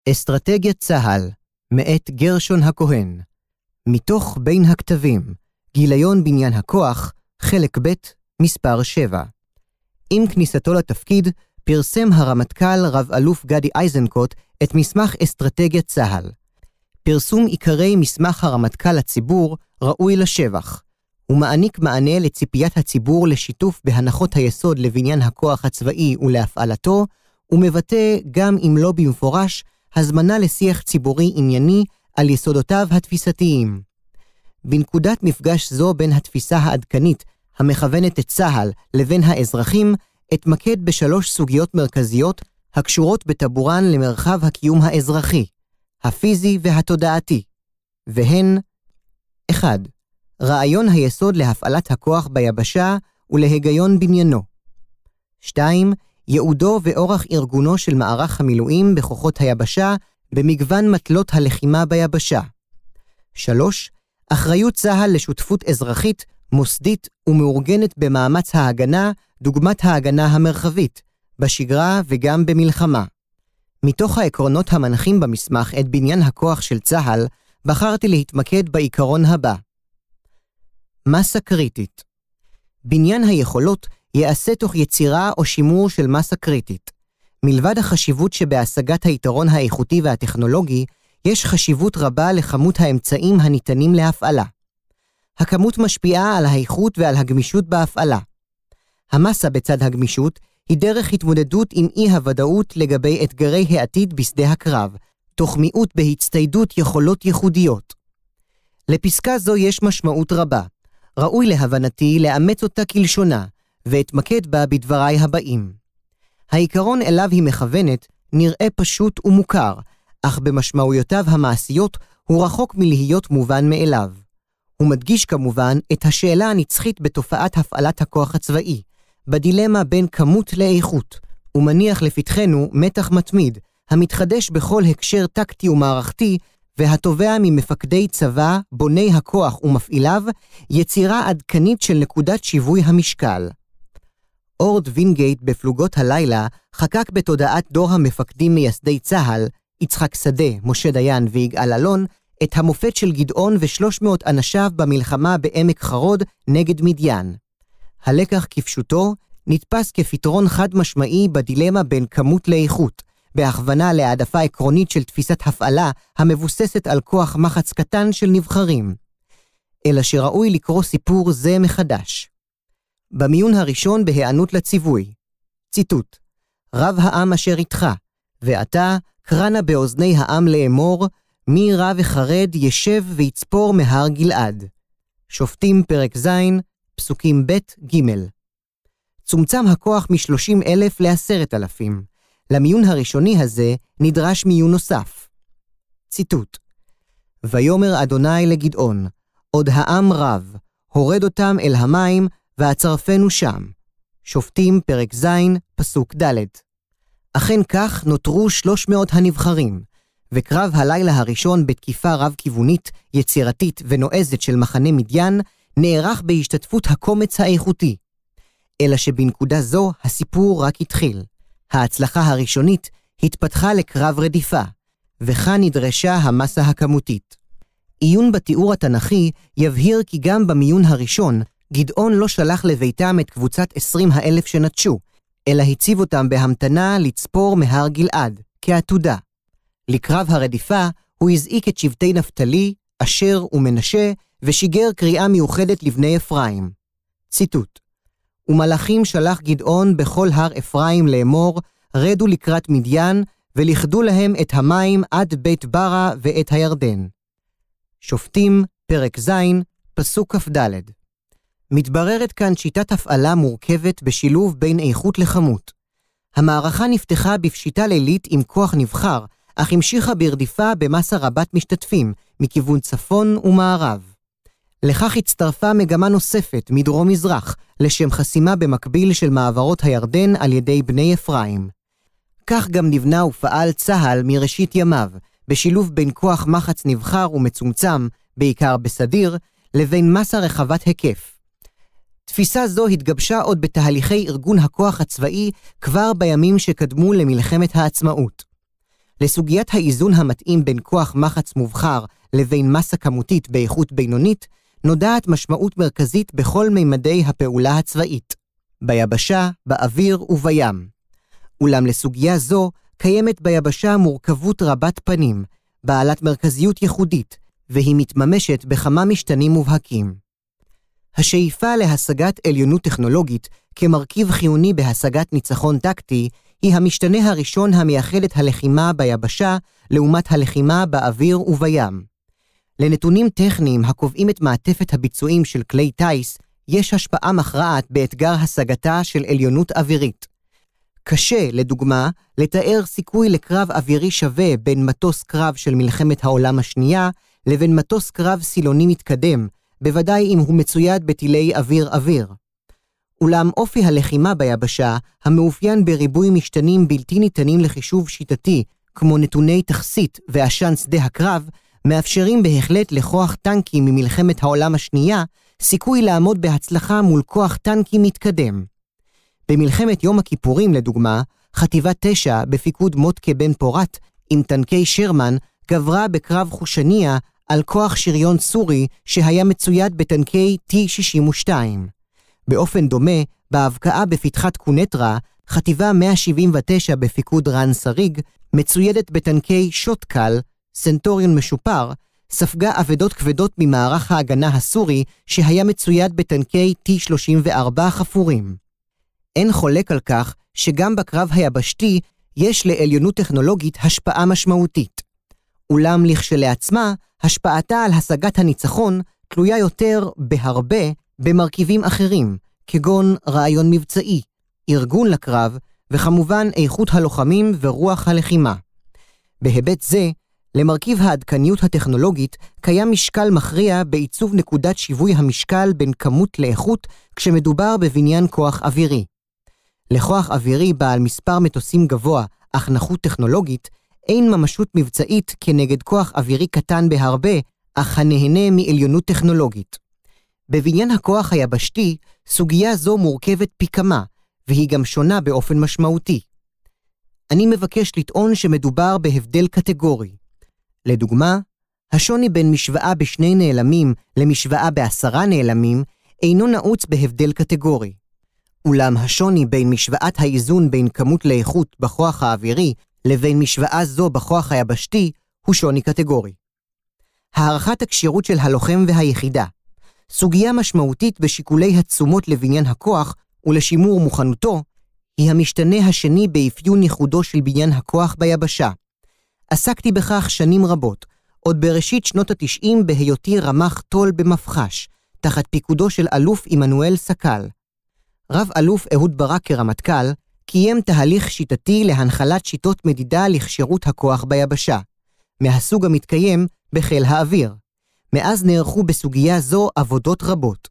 אסטרטגיית צה"ל, מאת גרשון הכהן. מתוך בין הכתבים, גיליון בניין הכוח, חלק ב', מספר 7. עם כניסתו לתפקיד, פרסם הרמטכ"ל רב אלוף גדי איזנקוט את מסמך אסטרטגיית צה"ל. פרסום עיקרי מסמך הרמטכ"ל לציבור ראוי לשבח. הוא מעניק מענה לציפיית הציבור לשיתוף בהנחות היסוד לבניין הכוח הצבאי ולהפעלתו, ומבטא, גם אם לא במפורש, הזמנה לשיח ציבורי ענייני על יסודותיו התפיסתיים. בנקודת מפגש זו בין התפיסה העדכנית המכוונת את צה"ל לבין האזרחים, אתמקד בשלוש סוגיות מרכזיות הקשורות בטבורן למרחב הקיום האזרחי, הפיזי והתודעתי, והן 1. רעיון היסוד להפעלת הכוח ביבשה ולהיגיון בניינו. 2. ייעודו ואורח ארגונו של מערך המילואים בכוחות היבשה במגוון מטלות הלחימה ביבשה. 3. אחריות צה"ל לשותפות אזרחית, מוסדית ומאורגנת במאמץ ההגנה, דוגמת ההגנה המרחבית, בשגרה וגם במלחמה. מתוך העקרונות המנחים במסמך את בניין הכוח של צה"ל, בחרתי להתמקד בעיקרון הבא. מסה קריטית. בניין היכולות יעשה תוך יצירה או שימור של מסה קריטית. מלבד החשיבות שבהשגת היתרון האיכותי והטכנולוגי, יש חשיבות רבה לכמות האמצעים הניתנים להפעלה. הכמות משפיעה על האיכות ועל הגמישות בהפעלה. המסה בצד הגמישות היא דרך התמודדות עם אי-הוודאות לגבי אתגרי העתיד בשדה הקרב, תוך מיעוט בהצטיידות יכולות ייחודיות. לפסקה זו יש משמעות רבה. ראוי להבנתי לאמץ אותה כלשונה, ואתמקד בה בדבריי הבאים. העיקרון אליו היא מכוונת נראה פשוט ומוכר, אך במשמעויותיו המעשיות הוא רחוק מלהיות מובן מאליו. הוא מדגיש כמובן את השאלה הנצחית בתופעת הפעלת הכוח הצבאי, בדילמה בין כמות לאיכות, ומניח לפתחנו מתח מתמיד, המתחדש בכל הקשר טקטי ומערכתי, והתובע ממפקדי צבא, בוני הכוח ומפעיליו, יצירה עדכנית של נקודת שיווי המשקל. אורד וינגייט בפלוגות הלילה חקק בתודעת דור המפקדים מייסדי צה"ל, יצחק שדה, משה דיין ויגאל אלון, את המופת של גדעון ו300 אנשיו במלחמה בעמק חרוד נגד מדיין. הלקח כפשוטו נתפס כפתרון חד משמעי בדילמה בין כמות לאיכות, בהכוונה להעדפה עקרונית של תפיסת הפעלה המבוססת על כוח מחץ קטן של נבחרים. אלא שראוי לקרוא סיפור זה מחדש. במיון הראשון בהיענות לציווי. ציטוט: רב העם אשר איתך, ואתה קרנה באוזני העם לאמור, מי רע וחרד ישב ויצפור מהר גלעד. שופטים פרק ז', פסוקים ב' ג'. צומצם הכוח מ30,000 ל10,000. למיון הראשוני הזה נדרש מיון נוסף. ציטוט: ויאמר אדוני לגדעון, עוד העם רב, הורד אותם אל המים והצרפנו שם. שופטים פרק ז', פסוק ד'. אכן כך נותרו 300 הנבחרים, וקרב הלילה הראשון בתקיפה רב-כיוונית, יצירתית ונועזת של מחנה מדיין, נערך בהשתתפות הקומץ האיכותי. אלא שבנקודה זו הסיפור רק התחיל. ההצלחה הראשונית התפתחה לקרב רדיפה, וכאן נדרשה המסה הכמותית. עיון בתיאור התנ"כי יבהיר כי גם במיון הראשון, גדעון לא שלח לביתם את קבוצת 20,000 שנטשו, אלא הציב אותם בהמתנה לצפור מהר גלעד, כעתודה. לקרב הרדיפה הוא הזעיק את שבטי נפתלי, אשר ומנשה, ושיגר קריאה מיוחדת לבני אפרים. ציטוט: ומלאכים שלח גדעון בכל הר אפרים לאמור, רדו לקראת מדיין, ולכדו להם את המים עד בית ברה ואת הירדן. שופטים, פרק ז', פסוק כ"ד. מתבררת כאן שיטת הפעלה מורכבת בשילוב בין איכות לכמות. המערכה נפתחה בפשיטה לילית עם כוח נבחר, אך המשיכה ברדיפה במסה רבת משתתפים, מכיוון צפון ומערב. לכך הצטרפה מגמה נוספת מדרום-מזרח, לשם חסימה במקביל של מעברות הירדן על ידי בני אפרים. כך גם נבנה ופעל צה"ל מראשית ימיו, בשילוב בין כוח מחץ נבחר ומצומצם, בעיקר בסדיר, לבין מסה רחבת היקף. תפיסה זו התגבשה עוד בתהליכי ארגון הכוח הצבאי כבר בימים שקדמו למלחמת העצמאות. לסוגיית האיזון המתאים בין כוח מחץ מובחר לבין מסה כמותית באיכות בינונית, נודעת משמעות מרכזית בכל מימדי הפעולה הצבאית, ביבשה, באוויר ובים. אולם לסוגיה זו קיימת ביבשה מורכבות רבת פנים, בעלת מרכזיות ייחודית, והיא מתממשת בכמה משתנים מובהקים. השאיפה להשגת עליונות טכנולוגית כמרכיב חיוני בהשגת ניצחון טקטי, היא המשתנה הראשון המייחד את הלחימה ביבשה לעומת הלחימה באוויר ובים. לנתונים טכניים הקובעים את מעטפת הביצועים של כלי טייס, יש השפעה מכרעת באתגר השגתה של עליונות אווירית. קשה, לדוגמה, לתאר סיכוי לקרב אווירי שווה בין מטוס קרב של מלחמת העולם השנייה לבין מטוס קרב סילוני מתקדם, בוודאי אם הוא מצויד בטילי אוויר-אוויר. אולם אופי הלחימה ביבשה, המאופיין בריבוי משתנים בלתי ניתנים לחישוב שיטתי, כמו נתוני תכסית ועשן שדה הקרב, מאפשרים בהחלט לכוח טנקים ממלחמת העולם השנייה, סיכוי לעמוד בהצלחה מול כוח טנקי מתקדם. במלחמת יום הכיפורים, לדוגמה, חטיבה 9 בפיקוד מוטקה בן פורת, עם טנקי שרמן, גברה בקרב חושניה על כוח שריון סורי שהיה מצויד בטנקי T-62. באופן דומה, בהבקעה בפתחת קונטרה, חטיבה 179 בפיקוד רן סריג, מצוידת בטנקי שוטקל, סנטוריון משופר, ספגה אבדות כבדות ממערך ההגנה הסורי שהיה מצויד בטנקי T-34 חפורים. אין חולק על כך שגם בקרב היבשתי יש לעליונות טכנולוגית השפעה משמעותית. אולם לכשלעצמה, השפעתה על השגת הניצחון תלויה יותר בהרבה במרכיבים אחרים, כגון רעיון מבצעי, ארגון לקרב, וכמובן איכות הלוחמים ורוח הלחימה. בהיבט זה, למרכיב העדכניות הטכנולוגית קיים משקל מכריע בעיצוב נקודת שיווי המשקל בין כמות לאיכות כשמדובר בבניין כוח אווירי. לכוח אווירי בעל מספר מטוסים גבוה, אך נחות טכנולוגית, אין ממשות מבצעית כנגד כוח אווירי קטן בהרבה, אך הנהנה מעליונות טכנולוגית. בבניין הכוח היבשתי, סוגיה זו מורכבת פי כמה, והיא גם שונה באופן משמעותי. אני מבקש לטעון שמדובר בהבדל קטגורי. לדוגמה, השוני בין משוואה בשני נעלמים למשוואה ב10 נעלמים אינו נעוץ בהבדל קטגורי. אולם השוני בין משוואת האיזון בין כמות לאיכות בכוח האווירי לבין משוואה זו בכוח היבשתי הוא שוני קטגורי. הערכת הקשירות של הלוחם והיחידה, סוגיה משמעותית בשיקולי התשומות לבניין הכוח ולשימור מוכנותו, היא המשתנה השני באפיון ייחודו של בניין הכוח ביבשה. עסקתי בכך שנים רבות, עוד בראשית שנות ה-90 בהיותי רמ"ח תול במפחש, תחת פיקודו של אלוף עמנואל סקל. רב אלוף אהוד ברק כרמטכ"ל, קיים תהליך שיטתי להנחלת שיטות מדידה לכשירות הכוח ביבשה, מהסוג המתקיים בחיל האוויר. מאז נערכו בסוגיה זו עבודות רבות.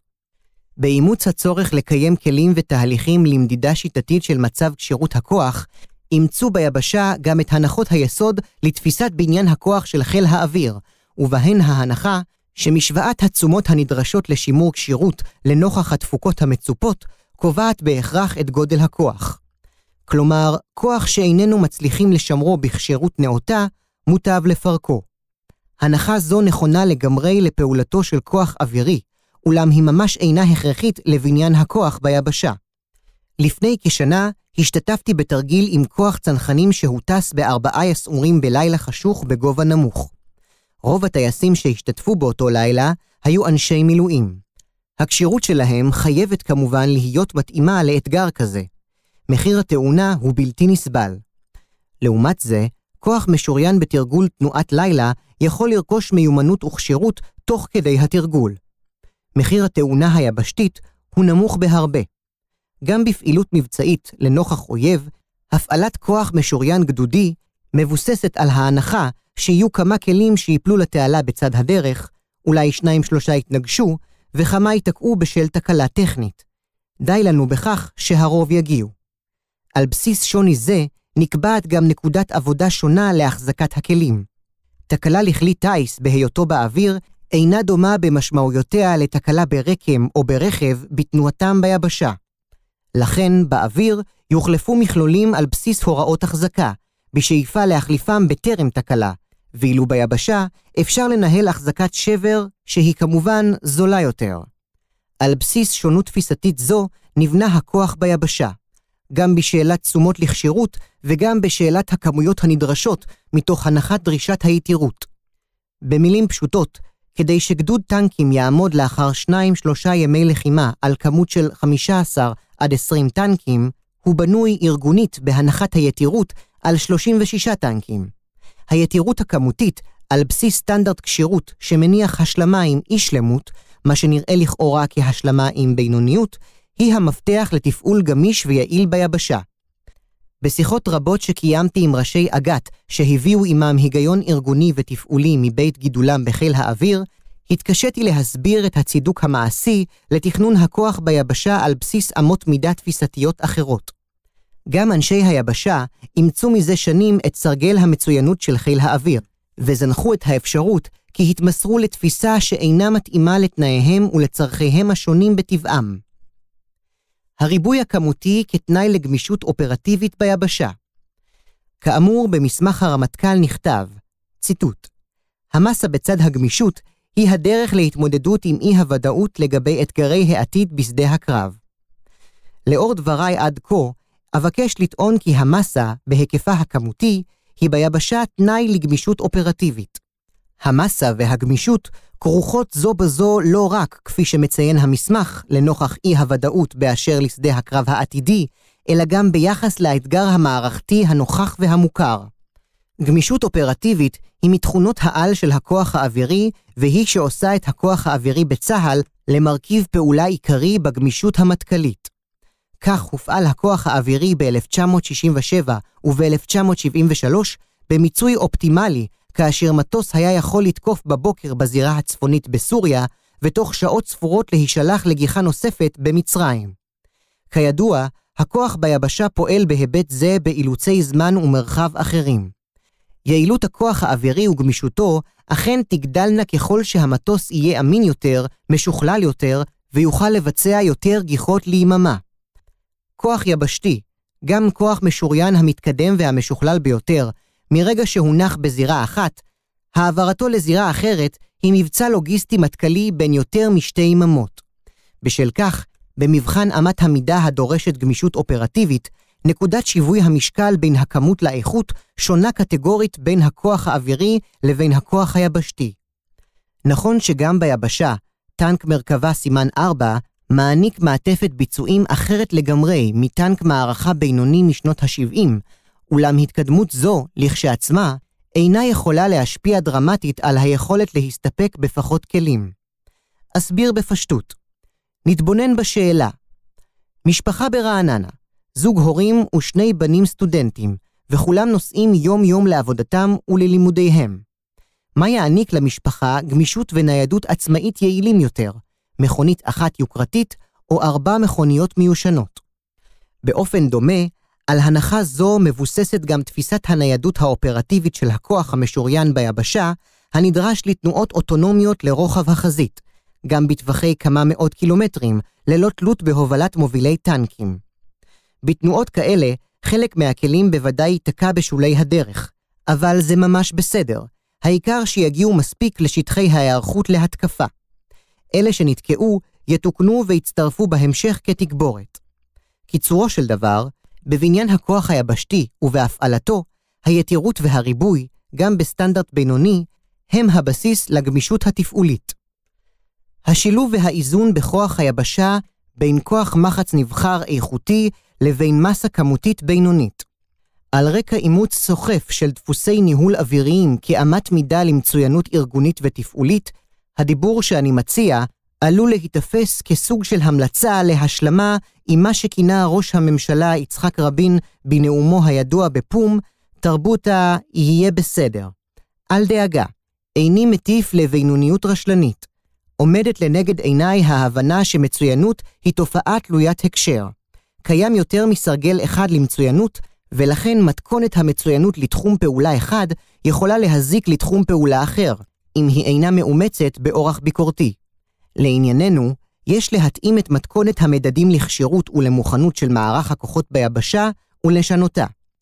באימוץ הצורך לקיים כלים ותהליכים למדידה שיטתית של מצב כשירות הכוח, אימצו ביבשה גם את הנחות היסוד לתפיסת בניין הכוח של חיל האוויר, ובהן ההנחה שמשוואת התשומות הנדרשות לשימור כשירות לנוכח התפוקות המצופות, קובעת בהכרח את גודל הכוח. כלומר, כוח שאיננו מצליחים לשמרו בכשירות נאותה, מוטב לפרקו. הנחה זו נכונה לגמרי לפעולתו של כוח אווירי, אולם היא ממש אינה הכרחית לבניין הכוח ביבשה. לפני כשנה השתתפתי בתרגיל עם כוח צנחנים שהוטס ב4 יסעורים בלילה חשוך בגובה נמוך. רוב הטייסים שהשתתפו באותו לילה היו אנשי מילואים. הקשירות שלהם חייבת כמובן להיות מתאימה לאתגר כזה. מחיר התאונה הוא בלתי נסבל. לעומת זה, כוח משוריין בתרגול תנועת לילה יכול לרכוש מיומנות וכשירות תוך כדי התרגול. מחיר התאונה היבשתית הוא נמוך בהרבה. גם בפעילות מבצעית לנוכח אויב, הפעלת כוח משוריין גדודי מבוססת על ההנחה שיהיו כמה כלים שיפלו לתעלה בצד הדרך, אולי 2-3 יתנגשו, וכמה ייתקעו בשל תקלה טכנית. די לנו בכך שהרוב יגיעו. על בסיס שוני זה נקבעת גם נקודת עבודה שונה להחזקת הכלים. תקלה לכלי טייס בהיותו באוויר אינה דומה במשמעויותיה לתקלה ברקם או ברכב בתנועתם ביבשה. לכן באוויר יוחלפו מכלולים על בסיס הוראות החזקה, בשאיפה להחליפם בטרם תקלה, ואילו ביבשה אפשר לנהל החזקת שבר שהיא כמובן זולה יותר. על בסיס שונות תפיסתית זו נבנה הכוח ביבשה, גם בשאלת תשומות לכשירות וגם בשאלת הכמויות הנדרשות מתוך הנחת דרישת היתירות. במילים פשוטות, כדי שגדוד טנקים יעמוד לאחר 2-3 ימי לחימה על כמות של 15 עד 20 טנקים, הוא בנוי ארגונית בהנחת היתירות על 36 טנקים. היתירות הכמותית על בסיס סטנדרט כשירות שמניח השלמה עם אי שלמות, מה שנראה לכאורה כהשלמה עם בינוניות, היא המפתח לתפעול גמיש ויעיל ביבשה. בשיחות רבות שקיימתי עם ראשי אג"ת שהביאו עמם היגיון ארגוני ותפעולי מבית גידולם בחיל האוויר, התקשיתי להסביר את הצידוק המעשי לתכנון הכוח ביבשה על בסיס אמות מידה תפיסתיות אחרות. גם אנשי היבשה אימצו מזה שנים את סרגל המצוינות של חיל האוויר, וזנחו את האפשרות כי התמסרו לתפיסה שאינה מתאימה לתנאיהם ולצרכיהם השונים בטבעם. הריבוי הכמותי כתנאי לגמישות אופרטיבית ביבשה. כאמור, במסמך הרמטכ"ל נכתב, ציטוט, המסה בצד הגמישות היא הדרך להתמודדות עם אי הוודאות לגבי אתגרי העתיד בשדה הקרב. לאור דבריי עד כה, אבקש לטעון כי המסה, בהיקפה הכמותי, היא ביבשה תנאי לגמישות אופרטיבית. המסה והגמישות כרוכות זו בזו לא רק, כפי שמציין המסמך, לנוכח אי הוודאות באשר לשדה הקרב העתידי, אלא גם ביחס לאתגר המערכתי הנוכח והמוכר. גמישות אופרטיבית היא מתכונות העל של הכוח האווירי, והיא שעושה את הכוח האווירי בצה"ל למרכיב פעולה עיקרי בגמישות המטכ"לית. כך הופעל הכוח האווירי ב-1967 וב-1973 במיצוי אופטימלי, כאשר מטוס היה יכול לתקוף בבוקר בזירה הצפונית בסוריה, ותוך שעות ספורות להישלח לגיחה נוספת במצרים. כידוע, הכוח ביבשה פועל בהיבט זה באילוצי זמן ומרחב אחרים. יעילות הכוח האווירי וגמישותו אכן תגדלנה ככל שהמטוס יהיה אמין יותר, משוכלל יותר, ויוכל לבצע יותר גיחות ליממה. כוח יבשתי, גם כוח משוריין המתקדם והמשוכלל ביותר, מרגע שהונח בזירה אחת, העברתו לזירה אחרת היא מבצע לוגיסטי מטכ"לי בין יותר משתי יממות. בשל כך, במבחן אמת המידה הדורשת גמישות אופרטיבית, נקודת שיווי המשקל בין הכמות לאיכות שונה קטגורית בין הכוח האווירי לבין הכוח היבשתי. נכון שגם ביבשה, טנק מרכבה סימן 4 מעניק מעטפת ביצועים אחרת לגמרי מטנק מערכה בינוני משנות ה-70, אולם התקדמות זו, לכשעצמה, אינה יכולה להשפיע דרמטית על היכולת להסתפק בפחות כלים. אסביר בפשטות. נתבונן בשאלה. משפחה ברעננה, זוג הורים ושני בנים סטודנטים, וכולם נוסעים יום-יום לעבודתם וללימודיהם. מה יעניק למשפחה גמישות וניידות עצמאית יעילים יותר, מכונית אחת יוקרתית או 4 מכוניות מיושנות? באופן דומה, על הנחה זו מבוססת גם תפיסת הניידות האופרטיבית של הכוח המשוריין ביבשה, הנדרש לתנועות אוטונומיות לרוחב החזית, גם בטווחי כמה מאות קילומטרים, ללא תלות בהובלת מובילי טנקים. בתנועות כאלה, חלק מהכלים בוודאי ייתקע בשולי הדרך, אבל זה ממש בסדר. העיקר שיגיעו מספיק לשטחי ההיערכות להתקפה. אלה שנתקעו יתוקנו ויצטרפו בהמשך כתגבורת. קיצורו של דבר, בבניין הכוח היבשתי ובהפעלתו, היתירות והריבוי, גם בסטנדרט בינוני, הם הבסיס לגמישות התפעולית. השילוב והאיזון בכוח היבשה בין כוח מחץ נבחר איכותי לבין מסה כמותית בינונית. על רקע אימוץ סוחף של דפוסי ניהול אוויריים כאמת מידה למצוינות ארגונית ותפעולית, הדיבור שאני מציע עלול להתאפס כסוג של המלצה להשלמה עם מה שכינה ראש הממשלה יצחק רבין בנאומו הידוע בפום, תרבות יהיה בסדר. אל דאגה, איני מטיף לבינוניות רשלנית. עומדת לנגד עיניי ההבנה שמצוינות היא תופעה תלוית הקשר. קיים יותר מסרגל אחד למצוינות, ולכן מתכונת המצוינות לתחום פעולה אחד יכולה להזיק לתחום פעולה אחר, אם היא אינה מאומצת באורח ביקורתי. לענייננו, יש להתאים את מתכונת המדדים לכשירות ולמוכנות של מערך הכוחות ביבשה ולשנותה.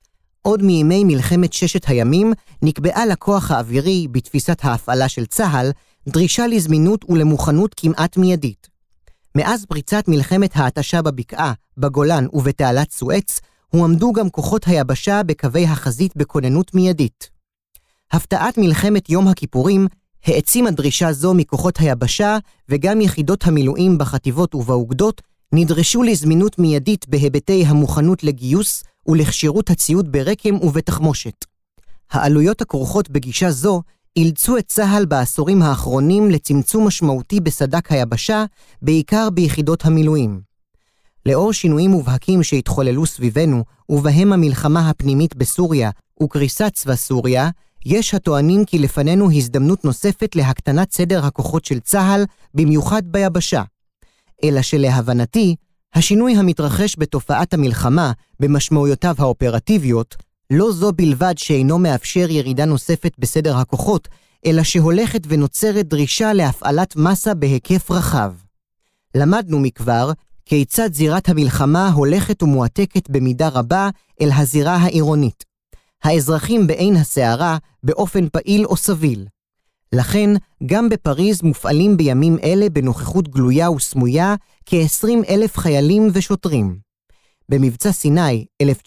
עוד מימי מלחמת ששת הימים נקבעה לכוח האווירי בתפיסת ההפעלה של צה"ל דרישה לזמינות ולמוכנות כמעט מיידית. מאז פריצת מלחמת ההתשה בבקעה, בגולן ובתעלת סואץ, הועמדו גם כוחות היבשה בקווי החזית בכוננות מיידית. הפתעת מלחמת יום הכיפורים העצימה דרישה זו מכוחות היבשה, וגם יחידות המילואים בחטיבות ובאוגדות נדרשו לזמינות מיידית בהיבטי המוכנות לגיוס ולכשירות הציוד ברקם ובתחמושת. העלויות הכרוכות בגישה זו אילצו את צה"ל בעשורים האחרונים לצמצום משמעותי בסד"כ היבשה, בעיקר ביחידות המילואים. לאור שינויים מובהקים שהתחוללו סביבנו, ובהם המלחמה הפנימית בסוריה וקריסת צבא סוריה, יש הטוענים כי לפנינו הזדמנות נוספת להקטנת סדר הכוחות של צה"ל, במיוחד ביבשה. אלא שלהבנתי, השינוי המתרחש בתופעת המלחמה, במשמעויותיו האופרטיביות, לא זו בלבד שאינו מאפשר ירידה נוספת בסדר הכוחות, אלא שהולכת ונוצרת דרישה להפעלת מסה בהיקף רחב. למדנו מכבר כיצד זירת המלחמה הולכת ומועתקת במידה רבה אל הזירה העירונית. האזרחים בעין הסערה באופן פעיל או סביל. לכן, גם בפריז מופעלים בימים אלה בנוכחות גלויה וסמויה כ-20,000 חיילים ושוטרים. במבצע סיני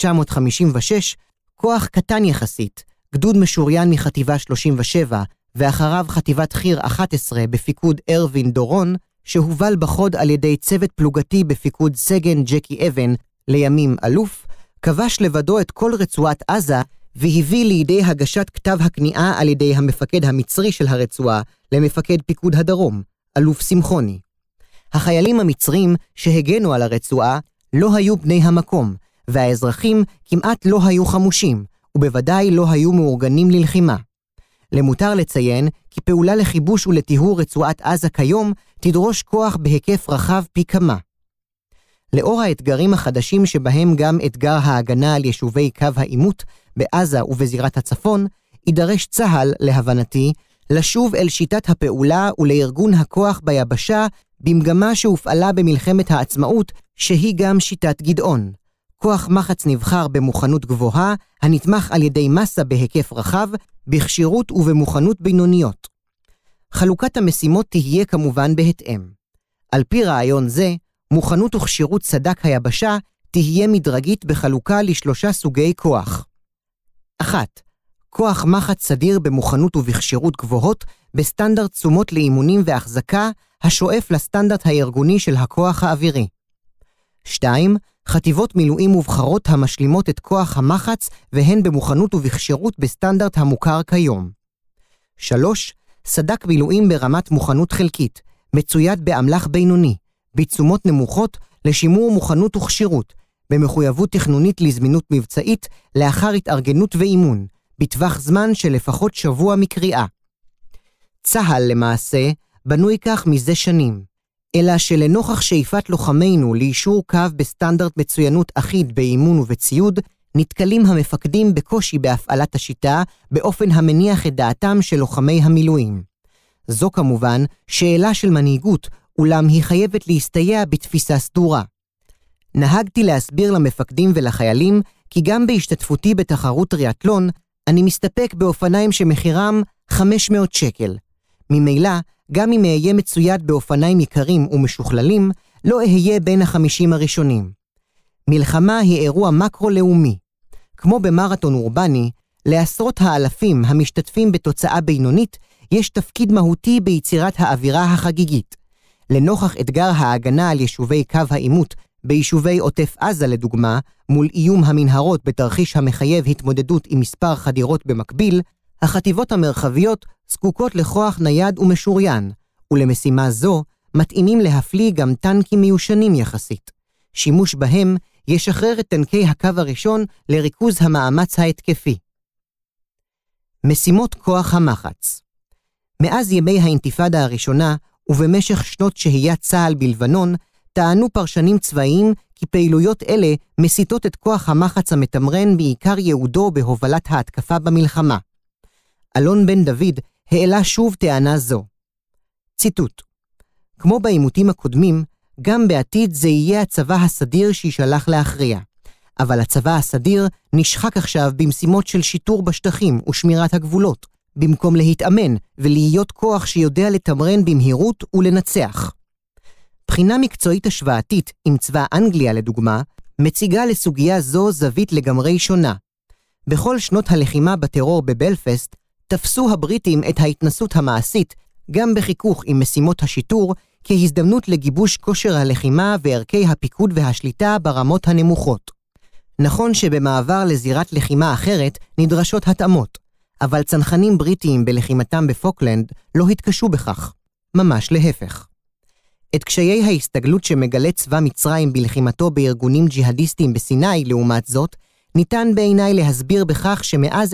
1956, כוח קטן יחסית, גדוד משוריין מחטיבה 37, ואחריו חטיבת חי"ר 11 בפיקוד ארווין דורון, שהובל בחוד על ידי צוות פלוגתי בפיקוד סגן ג'קי אבן, לימים אלוף, כבש לבדו את כל רצועת עזה, והביא לידי הגשת כתב הכניעה על ידי המפקד המצרי של הרצועה, למפקד פיקוד הדרום, אלוף שמחוני. החיילים המצרים שהגנו על הרצועה לא היו בני המקום, והאזרחים כמעט לא היו חמושים, ובוודאי לא היו מאורגנים ללחימה. למותר לציין כי פעולה לכיבוש ולטיהור רצועת עזה כיום תדרוש כוח בהיקף רחב פי כמה. לאור האתגרים החדשים שבהם גם אתגר ההגנה על יישובי קו העימות בעזה ובזירת הצפון, יידרש צה"ל, להבנתי, לשוב אל שיטת הפעולה ולארגון הכוח ביבשה במגמה שהופעלה במלחמת העצמאות, שהיא גם שיטת גדעון. כוח מחץ נבחר במוכנות גבוהה, הנתמך על ידי מסה בהיקף רחב, בכשירות ובמוכנות בינוניות. חלוקת המשימות תהיה כמובן בהתאם. על פי רעיון זה, מוכנות וכשירות סד"כ היבשה תהיה מדרגית בחלוקה לשלושה סוגי כוח. 1. כוח מחץ סדיר במוכנות ובכשירות גבוהות, בסטנדרט תשומות לאימונים והחזקה, השואף לסטנדרט הארגוני של הכוח האווירי. 2. חטיבות מילואים מובחרות המשלימות את כוח המחץ, והן במוכנות ובכשירות בסטנדרט המוכר כיום. 3. סד"כ מילואים ברמת מוכנות חלקית, מצויד באמל"ח בינוני, בתשומות נמוכות לשימור מוכנות וכשירות, במחויבות תכנונית לזמינות מבצעית לאחר התארגנות ואימון, בטווח זמן של לפחות שבוע מקריאה. צה"ל למעשה בנוי כך מזה שנים, אלא שלנוכח שאיפת לוחמינו לאישור קו בסטנדרט מצוינות אחיד באימון ובציוד, נתקלים המפקדים בקושי בהפעלת השיטה באופן המניח את דעתם של לוחמי המילואים. זו כמובן שאלה של מנהיגות, אולם היא חייבת להסתייע בתפיסה סדורה. נהגתי להסביר למפקדים ולחיילים כי גם בהשתתפותי בתחרות טריאטלון, אני מסתפק באופניים שמחירם 500 שקל. ממילא, גם אם אהיה מצויד באופניים יקרים ומשוכללים, לא אהיה בין 50 הראשונים. מלחמה היא אירוע מקרו-לאומי. כמו במרתון אורבני, לעשרות האלפים המשתתפים בתוצאה בינונית, יש תפקיד מהותי ביצירת האווירה החגיגית. לנוכח אתגר ההגנה על יישובי קו העימות, ביישובי עוטף עזה לדוגמה, מול איום המנהרות בתרחיש המחייב התמודדות עם מספר חדירות במקביל, החטיבות המרחביות זקוקות לכוח נייד ומשוריין, ולמשימה זו מתאימים להפליא גם טנקים מיושנים יחסית. שימוש בהם ישחרר את טנקי הקו הראשון לריכוז המאמץ ההתקפי. משימות כוח המחץ. מאז ימי האינתיפאדה הראשונה, ובמשך שנות שהיית צה"ל בלבנון, טענו פרשנים צבאיים כי פעילויות אלה מסיטות את כוח המחץ המתמרן בעיקר יעודו בהובלת ההתקפה במלחמה. אלון בן דוד העלה שוב טענה זו. ציטוט: כמו בעימותים הקודמים, גם בעתיד זה יהיה הצבא הסדיר שישלח להכריע. אבל הצבא הסדיר נשחק עכשיו במשימות של שיטור בשטחים ושמירת הגבולות, במקום להתאמן ולהיות כוח שיודע לתמרן במהירות ולנצח. בחינה מקצועית השוואתית עם צבא אנגליה לדוגמה, מציגה לסוגיה זו זווית לגמרי שונה. בכל שנות הלחימה בטרור בבלפסט, תפסו הבריטים את ההתנסות המעשית, גם בחיכוך עם משימות השיטור, כהזדמנות לגיבוש כושר הלחימה וערכי הפיקוד והשליטה ברמות הנמוכות. נכון שבמעבר לזירת לחימה אחרת נדרשות התאמות, אבל צנחנים בריטיים בלחימתם בפוקלנד לא התקשו בכך, ממש להפך. את קשיי ההסתגלות שמגלה צבא מצרים בלחימתו בארגונים ג'יהדיסטיים בסיני לעומת זאת, ניתן בעיניי להסביר בכך שמאז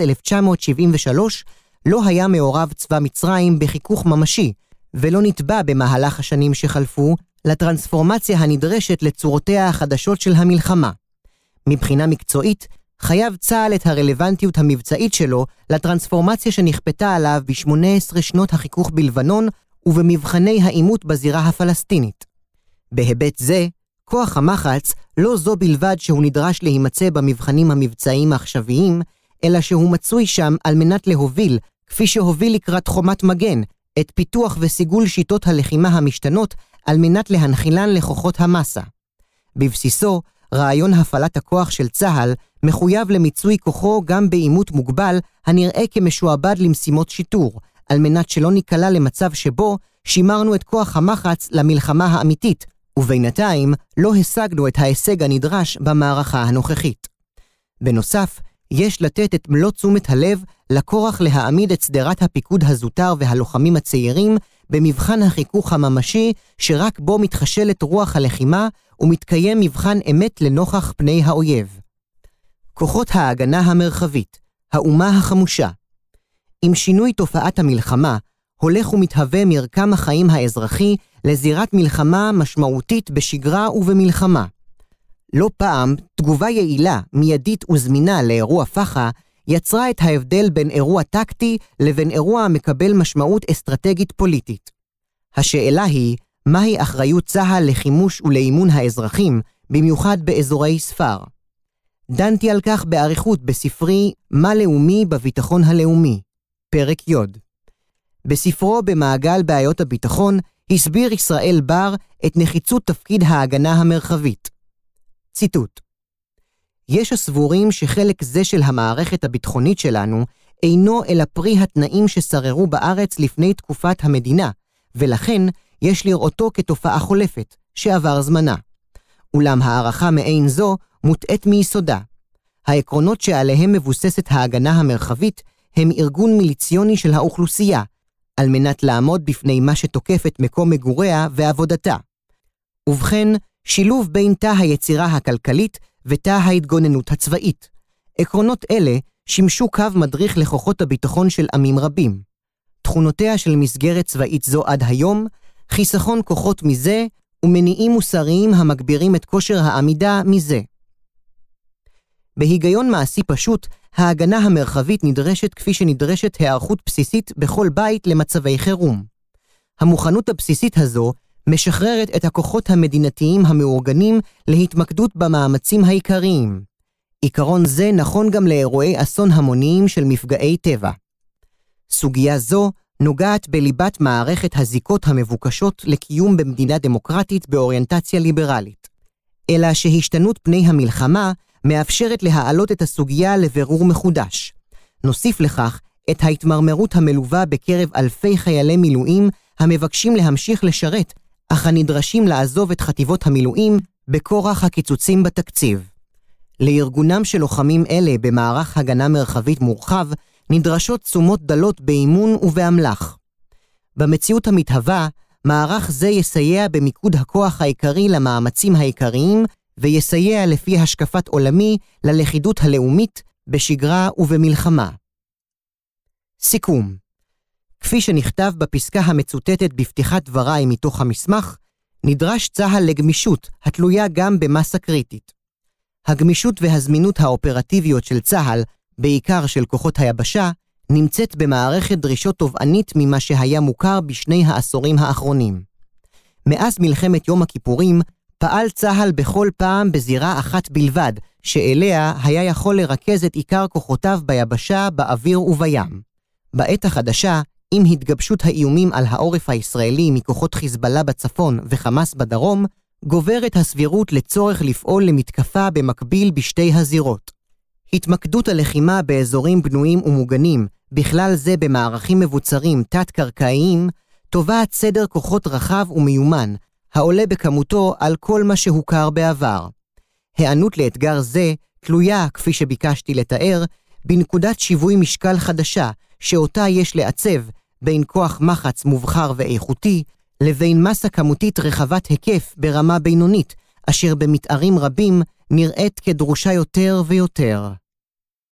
1973 לא היה מעורב צבא מצרים בחיכוך ממשי, ולא נתבע במהלך השנים שחלפו לטרנספורמציה הנדרשת לצורותיה החדשות של המלחמה. מבחינה מקצועית, חייב צה"ל את הרלוונטיות המבצעית שלו לטרנספורמציה שנכפתה עליו ב-18 שנות החיכוך בלבנון ובמבחני העימות בזירה הפלסטינית. בהיבט זה, כוח המחץ לא זו בלבד שהוא נדרש להימצא במבחנים המבצעיים העכשוויים, אלא שהוא מצוי שם על מנת להוביל, כפי שהוביל לקראת חומת מגן, את פיתוח וסיגול שיטות הלחימה המשתנות על מנת להנחילן לכוחות המסה. בבסיסו, רעיון הפעלת הכוח של צה"ל מחויב למיצוי כוחו גם בעימות מוגבל הנראה כמשועבד למשימות שיטור, על מנת שלא ניקלע למצב שבו שימרנו את כוח המחץ למלחמה האמיתית, ובינתיים לא השגנו את ההישג הנדרש במערכה הנוכחית. בנוסף, יש לתת את מלוא תשומת הלב לכורח להעמיד את סדרת הפיקוד הזוטר והלוחמים הצעירים במבחן החיכוך הממשי שרק בו מתחשלת רוח הלחימה ומתקיים מבחן אמת לנוכח פני האויב. כוחות ההגנה המרחבית, האומה החמושה. עם שינוי תופעת המלחמה, הולך ומתהווה מרקם החיים האזרחי לזירת מלחמה משמעותית בשגרה ובמלחמה. לא פעם, תגובה יעילה, מיידית וזמינה לאירוע פחה, יצרה את ההבדל בין אירוע טקטי לבין אירוע המקבל משמעות אסטרטגית פוליטית. השאלה היא, מהי אחריות צה"ל לחימוש ולאימון האזרחים, במיוחד באזורי ספר? דנתי על כך באריכות בספרי מה לאומי בביטחון הלאומי, פרק י'. בספרו במעגל בעיות הביטחון, הסביר ישראל בר את נחיצות תפקיד ההגנה המרחבית. ציטוט: יש הסבורים שחלק זה של המערכת הביטחונית שלנו אינו אלא פרי התנאים ששררו בארץ לפני תקופת המדינה, ולכן יש לראותו כתופעה חולפת, שעבר זמנה. אולם הערכה מעין זו מוטעת מיסודה. העקרונות שעליהם מבוססת ההגנה המרחבית הם ארגון מיליציוני של האוכלוסייה, על מנת לעמוד בפני מה שתוקף את מקום מגוריה ועבודתה. ובכן, שילוב בין תא היצירה הכלכלית ותא ההתגוננות הצבאית. עקרונות אלה שימשו קו מדריך לכוחות הביטחון של עמים רבים. תכונותיה של מסגרת צבאית זו עד היום, חיסכון כוחות מזה ומניעים מוסריים המגבירים את כושר העמידה מזה. בהיגיון מעשי פשוט, ההגנה המרחבית נדרשת כפי שנדרשת היערכות בסיסית בכל בית למצבי חירום. המוכנות הבסיסית הזו משחררת את הכוחות המדינתיים המאורגנים להתמקדות במאמצים העיקריים. עיקרון זה נכון גם לאירועי אסון המוניים של מפגעי טבע. סוגיה זו נוגעת בליבת מערכת הזיקות המבוקשות לקיום במדינה דמוקרטית באוריינטציה ליברלית. אלא שהשתנות פני המלחמה מאפשרת להעלות את הסוגיה לבירור מחודש. נוסיף לכך את ההתמרמרות המלווה בקרב אלפי חיילי מילואים המבקשים להמשיך לשרת, אך הנדרשים לעזוב את חטיבות המילואים בכורח הקיצוצים בתקציב. לארגונם של לוחמים אלה במערך הגנה מרחבית מורחב נדרשות תשומות דלות באימון ובאמל"ח. במציאות המתהווה, מערך זה יסייע במיקוד הכוח העיקרי למאמצים העיקריים ויסייע לפי השקפת עולמי ללכידות הלאומית בשגרה ובמלחמה. סיכום. כפי שנכתב בפסקה המצוטטת בפתיחת דבריי מתוך המסמך, נדרש צה"ל לגמישות התלויה גם במסה קריטית. הגמישות והזמינות האופרטיביות של צה"ל, בעיקר של כוחות היבשה, נמצאת במערכת דרישות תובענית ממה שהיה מוכר בשני העשורים האחרונים. מאז מלחמת יום הכיפורים, פעל צה"ל בכל פעם בזירה אחת בלבד, שאליה היה יכול לרכז את עיקר כוחותיו ביבשה, באוויר ובים. בעת החדשה, עם התגבשות האיומים על העורף הישראלי מכוחות חיזבאללה בצפון וחמאס בדרום, גוברת הסבירות לצורך לפעול למתקפה במקביל בשתי הזירות. התמקדות הלחימה באזורים בנויים ומוגנים, בכלל זה במערכים מבוצרים תת-קרקעיים, תובעת סדר כוחות רחב ומיומן, העולה בכמותו על כל מה שהוכר בעבר. הענות לאתגר זה תלויה, כפי שביקשתי לתאר, בנקודת שיווי משקל חדשה, שאותה יש לעצב בין כוח מחץ מובחר ואיכותי, לבין מסה כמותית רחבת היקף ברמה בינונית, אשר במתארים רבים נראית כדרושה יותר ויותר.